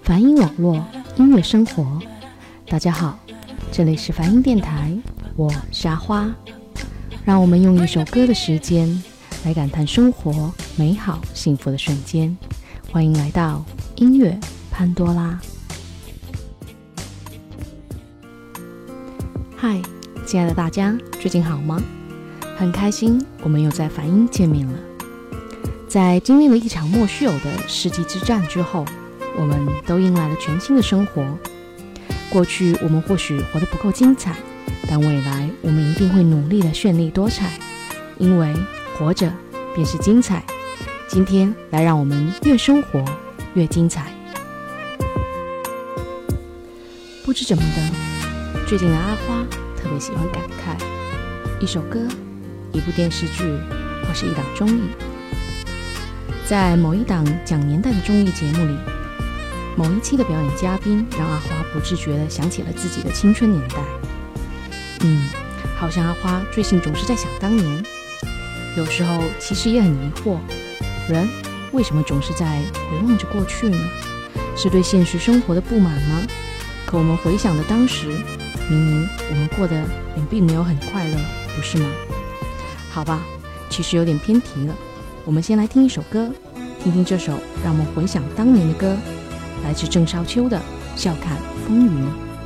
梵音网络音乐生活，大家好，这里是梵音电台，我是阿花。让我们用一首歌的时间来感叹生活美好幸福的瞬间。欢迎来到音乐潘多拉。嗨，亲爱的大家，最近好吗？很开心我们又在梵音见面了。在经历了一场莫须有的世纪之战之后，我们都迎来了全新的生活。过去我们或许活得不够精彩，但未来我们一定会努力的绚丽多彩，因为活着便是精彩。今天来让我们越生活越精彩。不知怎么的，最近的阿花特别喜欢感慨一首歌、一部电视剧或是一档综艺。在某一档讲年代的综艺节目里，某一期的表演嘉宾让阿花不自觉地想起了自己的青春年代。好像阿花最近总是在想当年，有时候其实也很疑惑，人为什么总是在回望着过去呢？是对现实生活的不满吗？可我们回想的当时，明明我们过得也并没有很快乐，不是吗？好吧，其实有点偏题了。我们先来听一首歌，听听这首让我们回想当年的歌，来自郑少秋的《笑看风云》。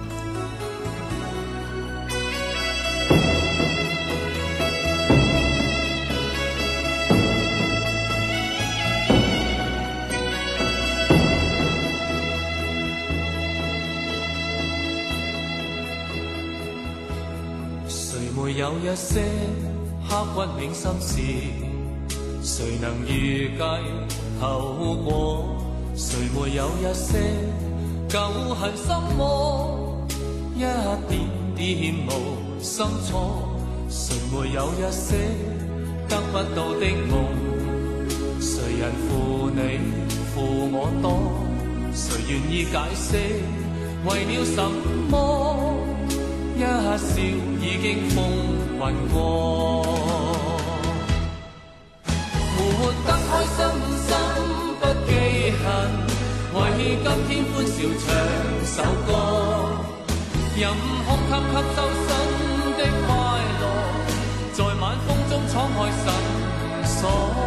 谁没有一些刻骨铭心事？谁能预计后果？谁没有一些旧恨心魔？一点点无心错。谁没有一些得不到的梦？谁人负你负我多？谁愿意解释为了什么？一笑已经风云过，活得开心心不记恨，为今天欢笑唱首歌，任空吸吸收新的快乐，在晚风中敞开心锁。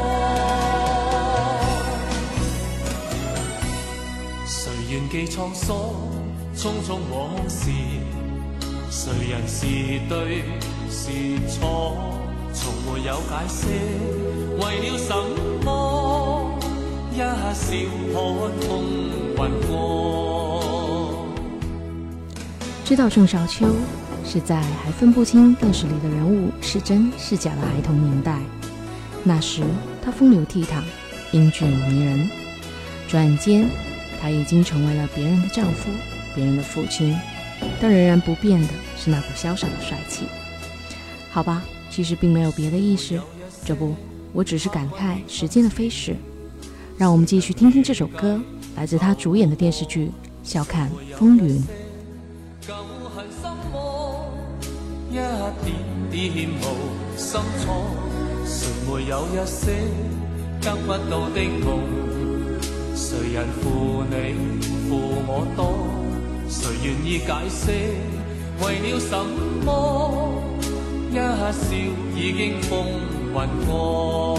谁愿记沧桑，匆匆往事？谁人是对是错？从没有解释，为了什么？一笑看风云过。 知道郑少秋是在还分不清电视里的人物是真是假的孩童年代，那时他风流倜傥，英俊迷人。转间他已经成为了别人的丈夫，别人的父亲，但仍然不变的是那股潇洒的帅气。好吧，其实并没有别的意思，这不，我只是感慨时间的飞逝。让我们继续听听这首歌，来自他主演的电视剧《笑看风云》。 旧恨心魔，一点点无心错。谁没有一些得不到的梦？谁人负你负我多？谁愿意解释为了什么？一笑已经风云过，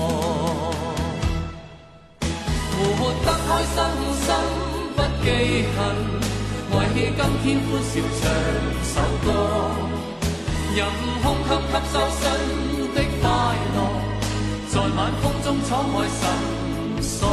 活得开心心不记恨，为今天欢笑唱首歌，任空吸收新的快乐，在晚风中敞开心锁。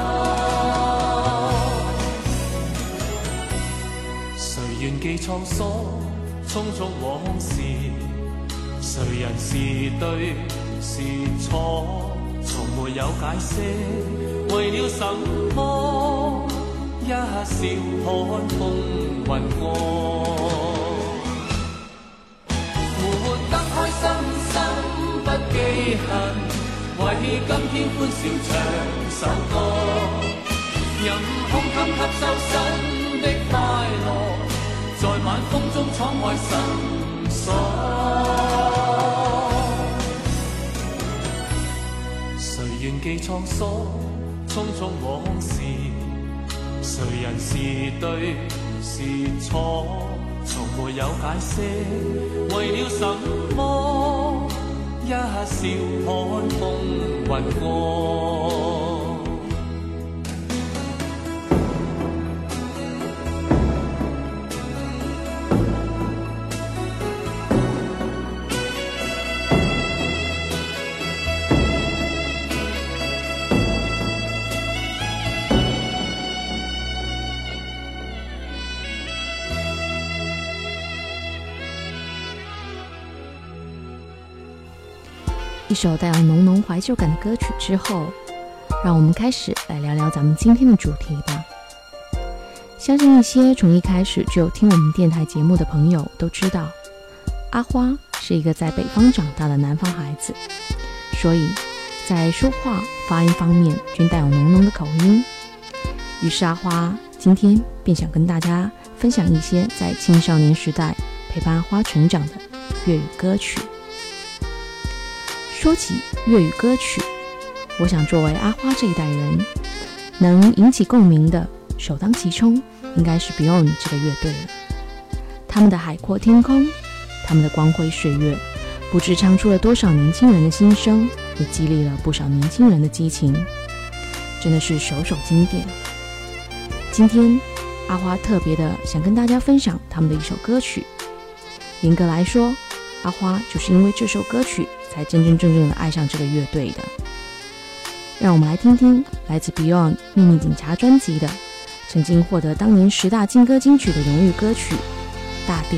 谁愿记沧桑，匆匆往事？谁人是对是错？从没有解释，为了什么？一笑看风云过，活得开心心不记恨，为今天欢笑唱首歌，任空吸收新的快乐，在晚风中敞开心锁。谁愿记沧桑，匆匆往事？ 谁人是对是错，从没有解释。为了什么，一笑看风云过。 一首带有浓浓怀旧感的歌曲之后，让我们开始来聊聊咱们今天的主题吧。相信一些从一开始就有听我们电台节目的朋友都知道，阿花是一个在北方长大的南方孩子，所以在说话发音方面均带有浓浓的口音。于是阿花今天便想跟大家分享一些在青少年时代陪伴阿花成长的粤语歌曲。说起粤语歌曲，我想作为阿花这一代人，能引起共鸣的首当其冲应该是 Beyond 这个乐队了。他们的海阔天空，他们的光辉岁月，不知唱出了多少年轻人的心声，也激励了不少年轻人的激情，真的是首首经典。今天阿花特别的想跟大家分享他们的一首歌曲。严格来说，阿花就是因为这首歌曲才真真正正的爱上这个乐队的。让我们来听听来自 Beyond 秘密警察专辑的曾经获得当年10大金歌金曲的荣誉歌曲《大地》。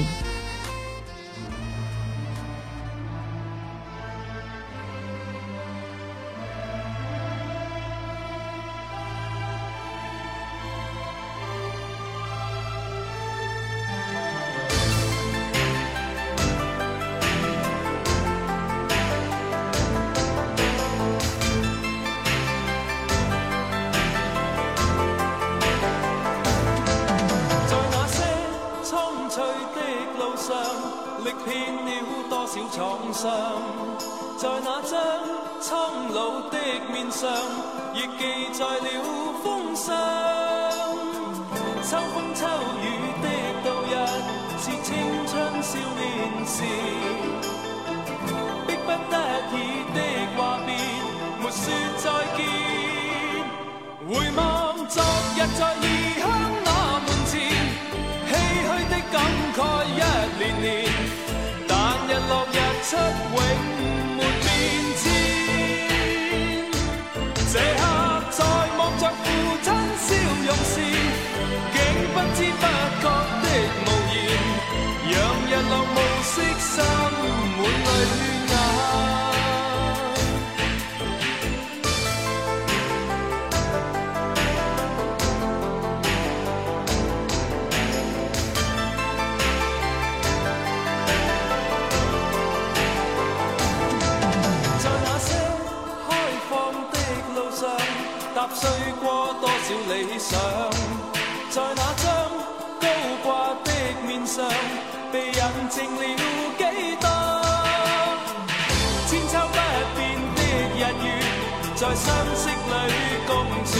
历遍了多少創傷，在那張蒼老的面上，亦記載了風霜。秋風秋雨的度日，是青春少年時，迫不得已的話別，沒說再見。回望昨日在異鄉那門前，唏噓的感慨一年年。日落日出永沒變遷，這刻在望着父親笑容時，竟不知不覺的無言，讓日落暮色滲滿淚眼。踏碎過多少理想，在那張高掛的面上，被印證了幾多千秋不變的日月，在相識裏共存。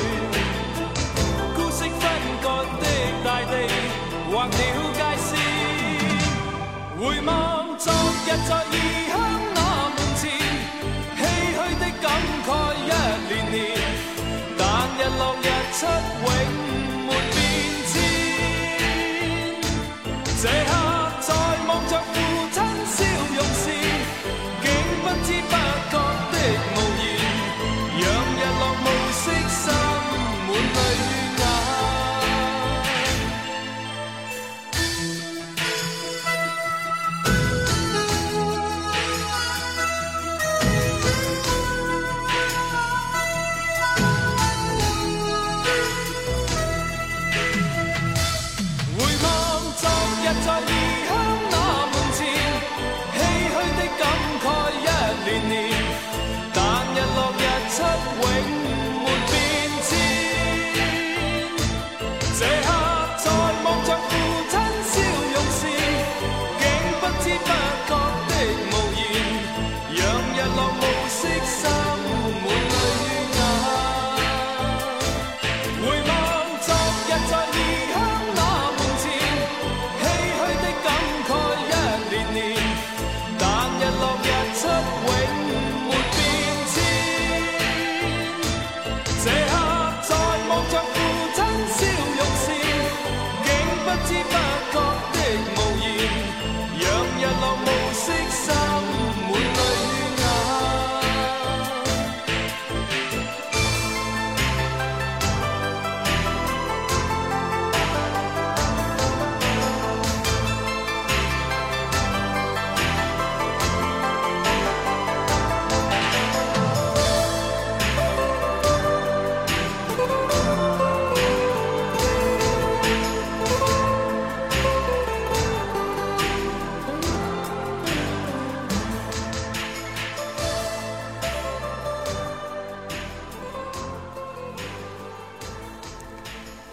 孤息分割的大地，劃了界線。回望昨日在異鄉那門前，唏噓的感慨一年年。日落日出永沒變遷，這刻在望着父親笑容時，竟不知不覺的無言，讓日落暮色滲滿淚眼。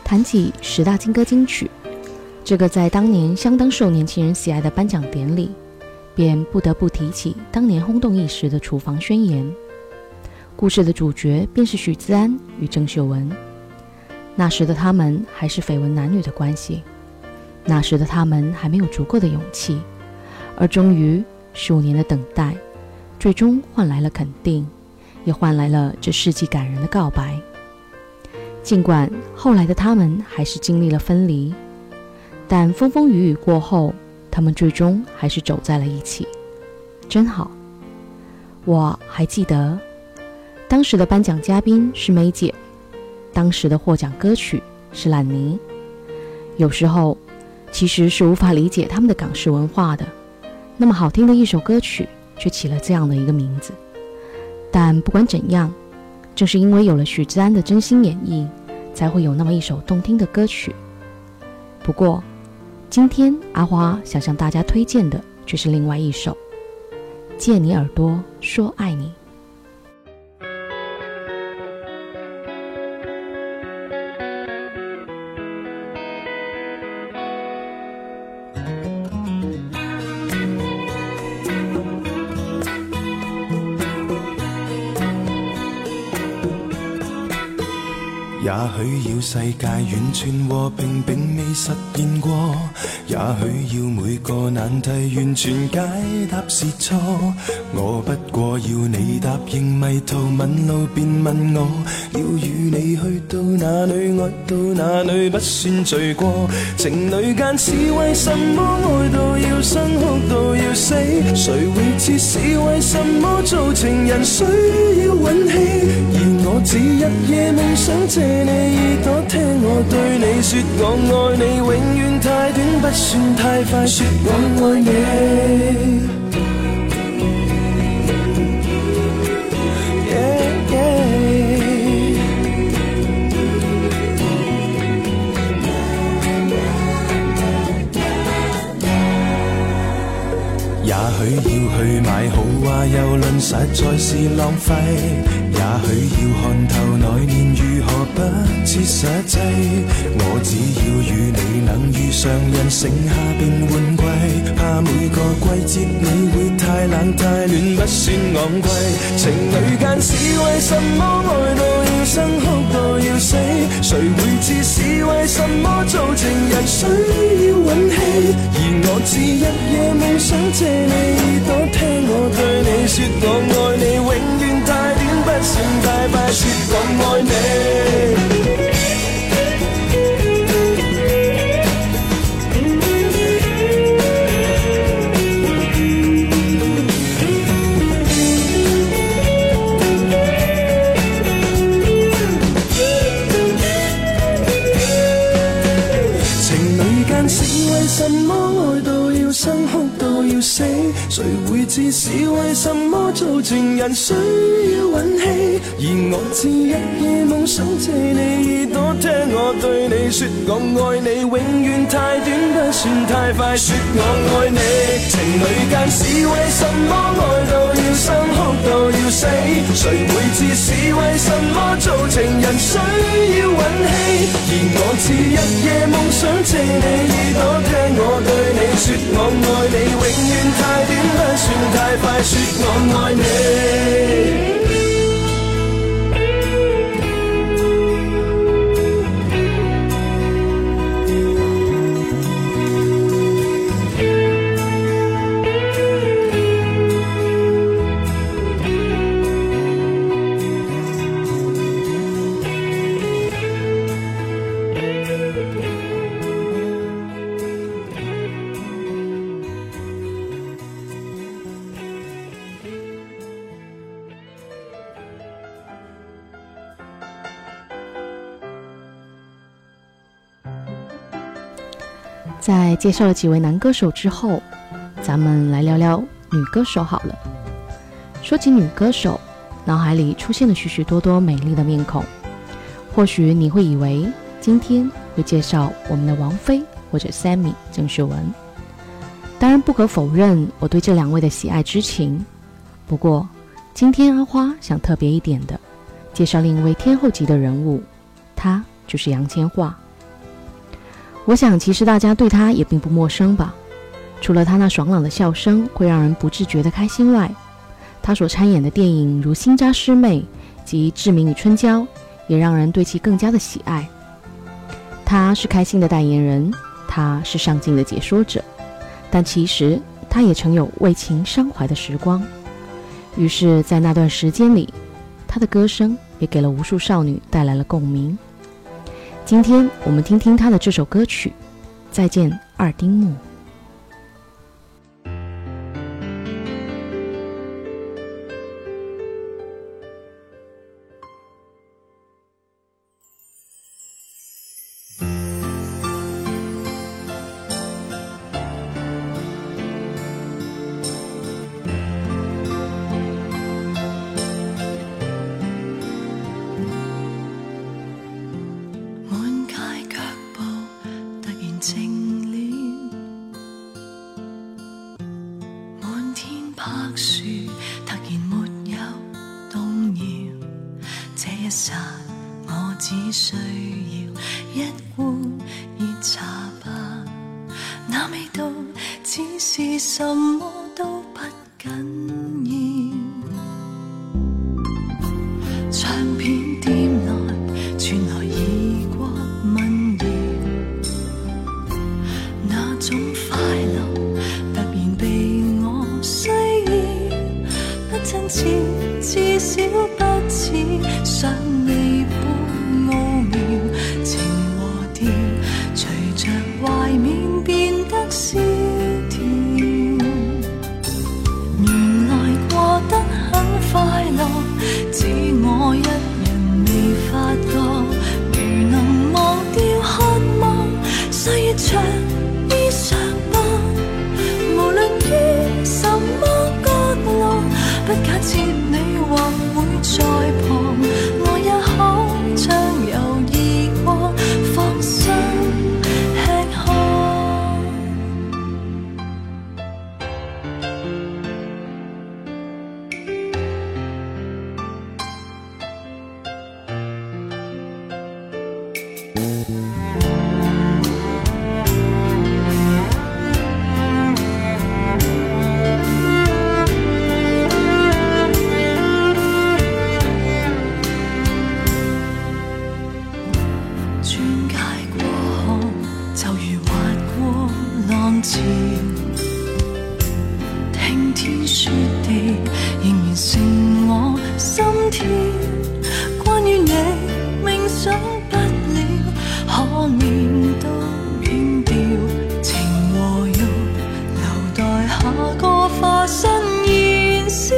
谈起10大金歌金曲，这个在当年相当受年轻人喜爱的颁奖典礼，便不得不提起当年轰动一时的厨房宣言。故事的主角便是许资安与郑秀文。那时的他们还是绯闻男女的关系，那时的他们还没有足够的勇气，而终于15年的等待，最终换来了肯定，也换来了这世纪感人的告白。尽管后来的他们还是经历了分离，但风风雨雨过后，他们最终还是走在了一起，真好。我还记得当时的颁奖嘉宾是梅姐，当时的获奖歌曲是烂泥。有时候其实是无法理解他们的港式文化的，那么好听的一首歌曲却起了这样的一个名字。但不管怎样，正是因为有了许资安的真心演绎，才会有那么一首动听的歌曲。不过今天阿花想向大家推荐的却是另外一首《借你耳朵说爱你》。 也許要世界完全和平並未實現過，也許要每個難題完全解答是錯。我不過要你答應迷途問路便問我，要與你去到哪裏愛到哪裏不算罪過。情侶間是為什麼愛到要生哭到要死？誰會知是為什麼做情人需要運氣？而我只一夜夢想借你耳朵聽我對你說我愛你，永遠太短不算太快說我愛你。也許要去買豪華郵輪實在是浪費，也許要看透來年如何不切實際。我只要與你能遇上人，剩下便換季，怕每個季節你會太冷太暖不算昂貴。情侶間是為什麼愛到要生哭到要死？誰會知是為什麼做情人需要運氣？而我只一夜夢想借你耳朵聽我對你說我愛你，永遠太短不算太快說我愛你。為什麼愛到要生哭到要死？誰會知是為什麼做情人需要運氣？而我只一夜夢想借你耳朵聽我對你說我愛你，永遠太短不算太快說我愛你。情侶間是為什麼愛到要生哭到要死？誰會知是為什麼做情人需要運氣？而我只一夜夢想借你耳朵聽我對你說我愛你，永遠太短不算太快說我愛你。 在介绍了几位男歌手之后，咱们来聊聊女歌手好了。说起女歌手，脑海里出现了许许多多美丽的面孔。或许你会以为今天会介绍我们的王菲或者 Sammy 郑秀文。当然不可否认我对这两位的喜爱之情。不过今天阿花想特别一点的介绍另一位天后级的人物，她就是杨千嬅。 我想其实大家对他也并不陌生吧，除了他那爽朗的笑声会让人不自觉的开心外，他所参演的电影如《新扎师妹》及《志明与春娇》也让人对其更加的喜爱。他是开心的代言人，他是上镜的解说者，但其实他也曾有为情伤怀的时光。于是在那段时间里，他的歌声也给了无数少女带来了共鸣。今天我们听听他的这首歌曲《再见二丁目》。 我只需要一碗熱茶吧，那味道只是什麼都不緊要。唱片店內傳來異國民謠，那種快樂突然被我需要，不真切，至少不似想你般奧妙，情和調隨着懷緬變得蕭條。原來過得很快樂，只我一人未發覺。如能忘掉渴望，歲月長衣裳吧，無論於什麼角落，不假設你或會在旁，我也可將猶豫過放心吃喝。聽天說地仍然成我心跳，關於你冥想不了，可念都遠掉，情和欲留待下個化身燃燒。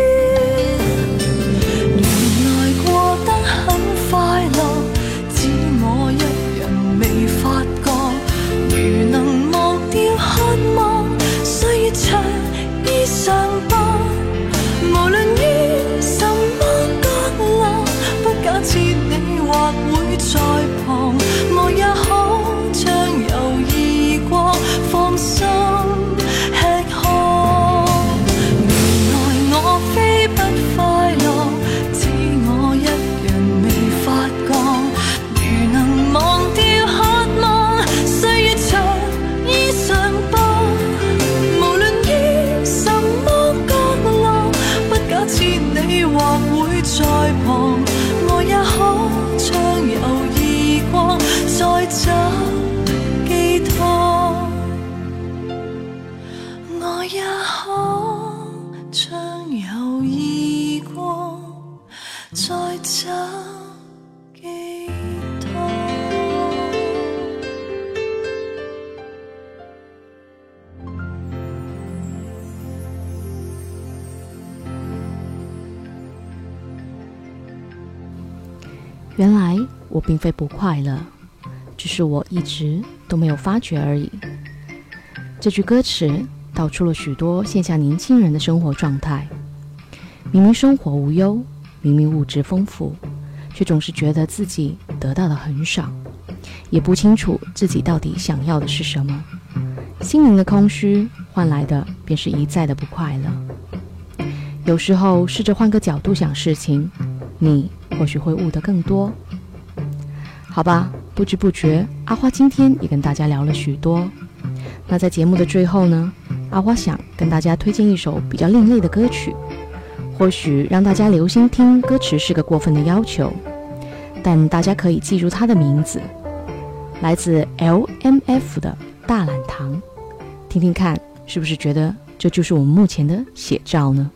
原來過得很快樂，只我一人未發覺。如能忘掉渴望，歲月長衣裳吧，無論於什麼角落，不假設你或會在旁，我也可將猶豫過放心吃喝。原來我非不快樂，只我一人未發覺。如能忘掉渴望，歲月長衣裳吧，無論於什麼角落，不假設你或會在旁，我也可將猶豫過再找寄託，我也可將猶豫過再找寄託。 原来我并非不快乐，只是我一直都没有发觉而已。这句歌词道出了许多现下年轻人的生活状态，明明生活无忧，明明物质丰富，却总是觉得自己得到的很少，也不清楚自己到底想要的是什么。心灵的空虚换来的便是一再的不快乐。有时候试着换个角度想事情，你或许会悟得更多。好吧， 不知不觉阿花今天也跟大家聊了许多。那在节目的最后呢，阿花想跟大家推荐一首比较另类的歌曲，或许让大家留心听，歌词是个过分的要求，但大家可以记住它的名字，来自 LMF 的大懒堂，听听看是不是觉得这就是我们目前的写照呢？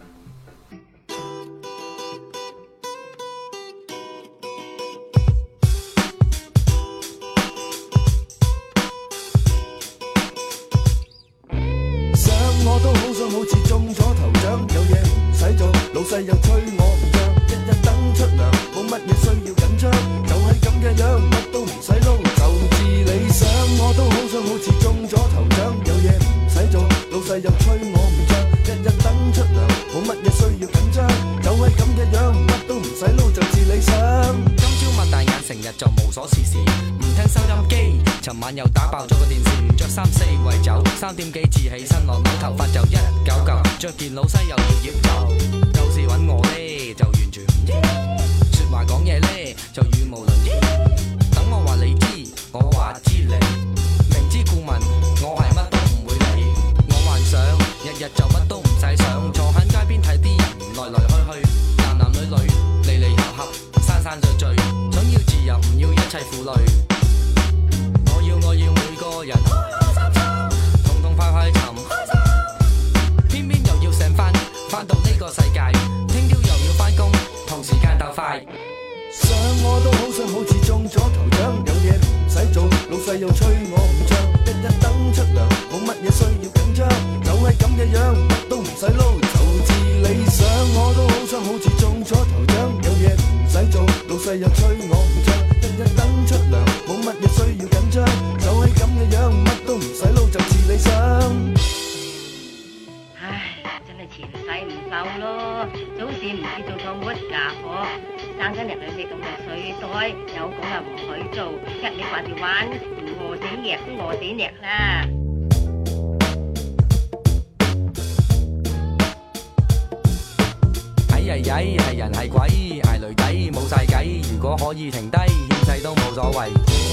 我都好想好似中咗頭獎，有嘢唔使做，老細又催我唔漲，日日等出糧，冇乜嘢需要緊張，就係咁嘅樣，乜都唔使撈，就至理想。我都好想好似中咗頭獎，有嘢唔使做，老細又催我唔漲，日日等出糧，冇乜嘢需要緊張，就係咁嘅樣，乜都唔使撈，就至理想。 今朝擘大眼，成日就無所事事，唔聽收音機。尋晚又打爆咗個電視，着衫四圍走，3點幾至起身落樓，頭髮就199，着件老西又要走，舊時揾我呢就完全唔知，説話講嘢呢就語無倫次，等我話你知，我話知你，明知故問，我係乜都唔會理，我幻想日日就乜都唔使想，坐喺街邊睇啲人來來去去，男男女女離離合合，散散聚聚，想要自由唔要一切負累。我要每個人痛痛快快尋，偏偏又要醒返到呢個世界，聽朝又要返工，同時間鬥快。 想我都好想好似中咗頭獎，有嘢唔使做，老細又催我唔漲，日日等出糧，冇乜嘢需要緊張，就係咁嘅樣，乜都唔使撈，就至理想。我都好想好似中咗頭獎，有嘢唔使做，老細又催我唔漲，日日等出糧，冇乜嘢需要緊張。就係咁嘅樣，乜都唔使撈就似理想。 唉，真係前世唔受咯，早知唔知做個乜家伙，生緊人兩隻咁嘅水袋，有講又唔許做，一味掛住玩，唔餓死吔都餓死吔啦。 係人係鬼，捱雷底冇晒計，如果可以停低，獻世都冇所謂。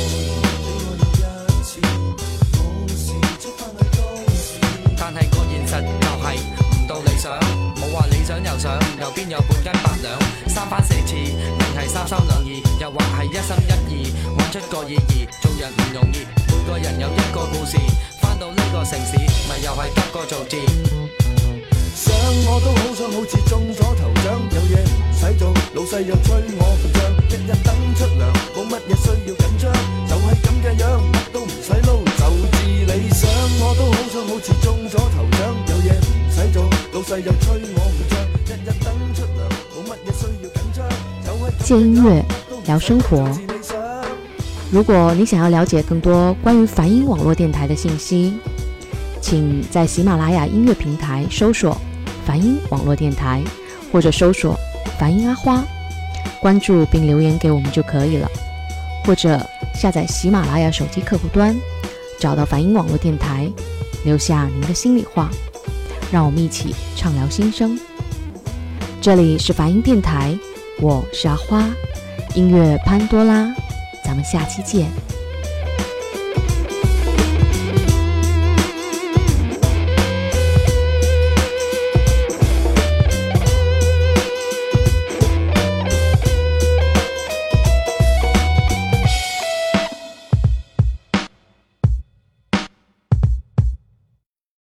但係個現實又係唔到理想，冇話理想又想，又邊有半斤8兩，三番四次，定係三心兩意，又或係一心一意，揾出個意義。做人唔容易，每個人有一個故事，返到呢個城市，咪又係得個做字。 想我都好想好似中咗頭獎，有嘢唔使做，老細又催我唔漲，日日等出糧，冇乜嘢需要緊張，就係咁嘅樣，乜都唔使撈，就至理想。我都好想好似中咗頭獎，有嘢唔使做，老細又催我唔漲，日日等出糧，冇乜嘢需要緊張，就係借音樂聊生活。如果你想要了解更多關於梵音網絡電台的信息，請在喜馬拉雅音樂平台搜索梵音網絡電台，或者搜索梵音阿花，關注並留言給我們就可以了。或者下載喜馬拉雅手機客戶端，找到梵音網絡電台，留下您的心裡話，讓我們一起暢聊心聲。這裡是梵音電台，我是阿花，音樂潘多拉，咱們下期見。